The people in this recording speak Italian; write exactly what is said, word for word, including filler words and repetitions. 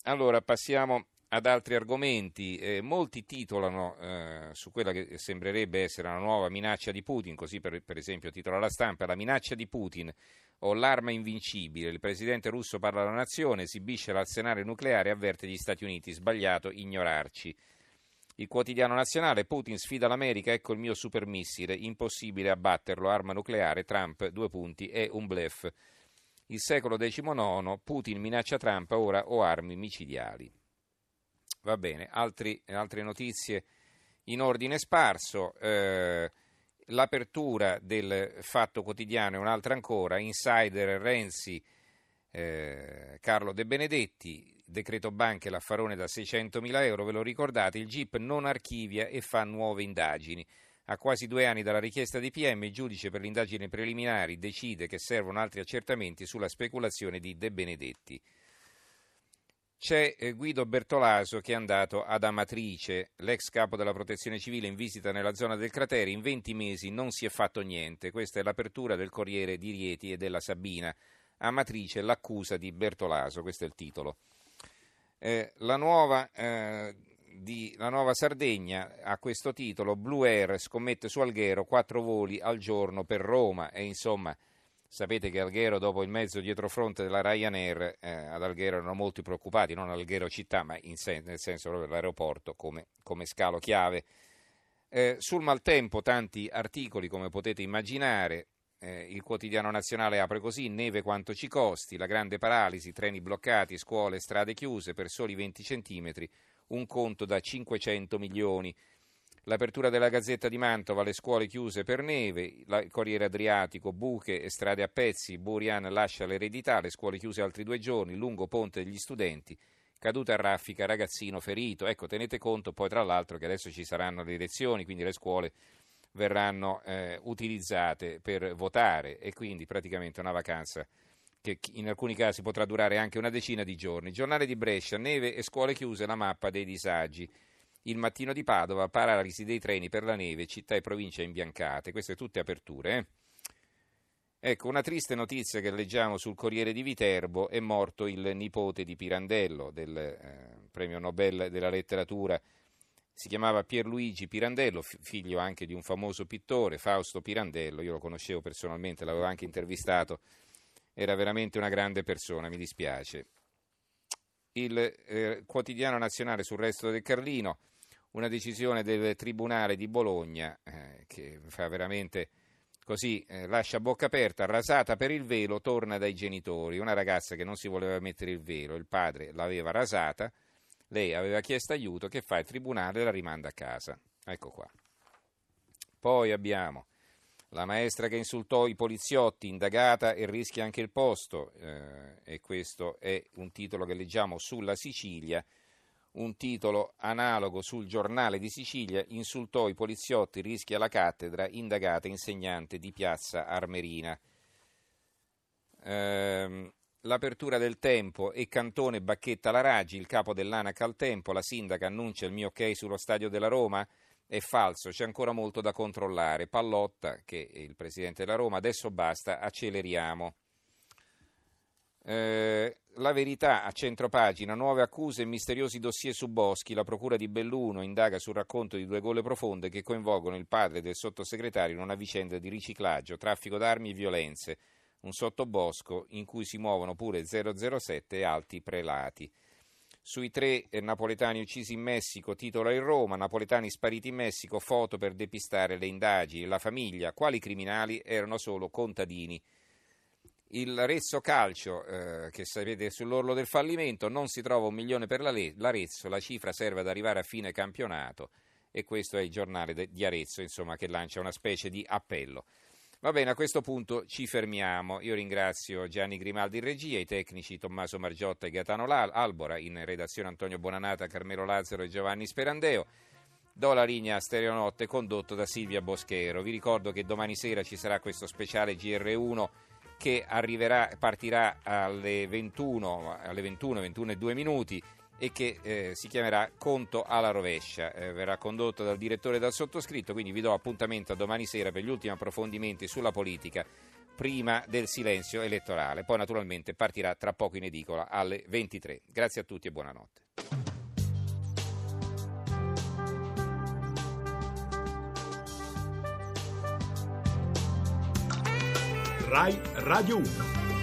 Allora passiamo ad altri argomenti. Eh, molti titolano eh, su quella che sembrerebbe essere una nuova minaccia di Putin, così per, per esempio titola La Stampa: la minaccia di Putin o l'arma invincibile. Il presidente russo parla alla nazione, esibisce l'arsenale nucleare e avverte gli Stati Uniti: sbagliato ignorarci. Il quotidiano nazionale: Putin sfida l'America, ecco il mio supermissile, impossibile abbatterlo, arma nucleare, Trump, due punti, è un bluff. Il Secolo diciannove, Putin minaccia Trump, ora o armi micidiali. Va bene, altri, altre notizie in ordine sparso. Eh, l'apertura del Fatto Quotidiano è un'altra ancora. Insider Renzi, eh, Carlo De Benedetti, decreto banche, l'affarone da seicentomila euro, ve lo ricordate? Il G I P non archivia e fa nuove indagini. A quasi due anni dalla richiesta di P M, il giudice per le indagini preliminari decide che servono altri accertamenti sulla speculazione di De Benedetti. C'è Guido Bertolaso che è andato ad Amatrice, l'ex capo della protezione civile in visita nella zona del cratere. In venti mesi non si è fatto niente. Questa è l'apertura del Corriere di Rieti e della Sabina. Amatrice, l'accusa di Bertolaso, questo è il titolo. Eh, la nuova... Eh, Di, la Nuova Sardegna ha questo titolo: Blue Air scommette su Alghero, quattro voli al giorno per Roma. E insomma, sapete che Alghero, dopo il mezzo dietrofront della Ryanair, eh, ad Alghero erano molto preoccupati, non Alghero città, ma in sen- nel senso proprio dell'aeroporto come, come scalo chiave. Eh, sul maltempo tanti articoli, come potete immaginare. Eh, il quotidiano nazionale apre così: neve quanto ci costi, la grande paralisi, treni bloccati, scuole e strade chiuse per soli venti centimetri, un conto da cinquecento milioni. L'apertura della Gazzetta di Mantova, le scuole chiuse per neve, il Corriere Adriatico, buche e strade a pezzi, Burian lascia l'eredità, le scuole chiuse altri due giorni, lungo ponte degli studenti, caduta a raffica, ragazzino ferito. Ecco, tenete conto poi tra l'altro che adesso ci saranno le elezioni, quindi le scuole verranno eh, utilizzate per votare e quindi praticamente una vacanza che in alcuni casi potrà durare anche una decina di giorni. Giornale di Brescia, neve e scuole chiuse, la mappa dei disagi. Il Mattino di Padova, paralisi dei treni per la neve, città e province imbiancate. Queste tutte aperture. Eh? Ecco, una triste notizia che leggiamo sul Corriere di Viterbo: è morto il nipote di Pirandello, del eh, premio Nobel della letteratura. Si chiamava Pierluigi Pirandello, f- figlio anche di un famoso pittore, Fausto Pirandello. Io lo conoscevo personalmente, l'avevo anche intervistato. Era veramente una grande persona, mi dispiace. Il eh, quotidiano nazionale sul Resto del Carlino: una decisione del Tribunale di Bologna eh, che fa veramente così, eh, lascia a bocca aperta. Rasata per il velo, torna dai genitori. Una ragazza che non si voleva mettere il velo, il padre l'aveva rasata, lei aveva chiesto aiuto, che fa il tribunale? La rimanda a casa. Ecco qua. Poi abbiamo la maestra che insultò i poliziotti, indagata e rischia anche il posto, eh, e questo è un titolo che leggiamo sulla Sicilia. Un titolo analogo sul Giornale di Sicilia: insultò i poliziotti, rischia la cattedra, indagata insegnante di Piazza Armerina. Ehm, l'apertura del Tempo: e Cantone bacchetta la Raggi, il capo dell'Anac al Tempo, la sindaca annuncia il mio ok sullo stadio della Roma. È falso, c'è ancora molto da controllare. Pallotta, che è il presidente della Roma: adesso basta, acceleriamo. Eh, la Verità a centropagina: nuove accuse e misteriosi dossier su Boschi, la procura di Belluno indaga sul racconto di due gole profonde che coinvolgono il padre del sottosegretario in una vicenda di riciclaggio, traffico d'armi e violenze, un sottobosco in cui si muovono pure zero zero sette e alti prelati. Sui tre eh, napoletani uccisi in Messico, titola in Roma: napoletani spariti in Messico, foto per depistare le indagini. La Famiglia: quali criminali? Erano solo contadini. Il Arezzo Calcio, eh, che sapete sull'orlo del fallimento, non si trova un milione per la Le- l'Arezzo, la cifra serve ad arrivare a fine campionato, e questo è il giornale de- di Arezzo, insomma, che lancia una specie di appello. Va bene, a questo punto ci fermiamo. Io ringrazio Gianni Grimaldi in regia, i tecnici Tommaso Margiotta e Gaetano Albora, in redazione Antonio Bonanata, Carmelo Lazzaro e Giovanni Sperandeo. Do la linea a Stereonotte condotto da Silvia Boschero. Vi ricordo che domani sera ci sarà questo speciale G R uno che arriverà, partirà alle ventuno, alle ventuno, ventuno e due minuti, e che eh, si chiamerà Conto alla rovescia. Eh, verrà condotto dal direttore e dal sottoscritto, quindi vi do appuntamento a domani sera per gli ultimi approfondimenti sulla politica prima del silenzio elettorale. Poi naturalmente partirà tra poco in edicola alle ventitré. Grazie a tutti e buonanotte. Rai Radio uno.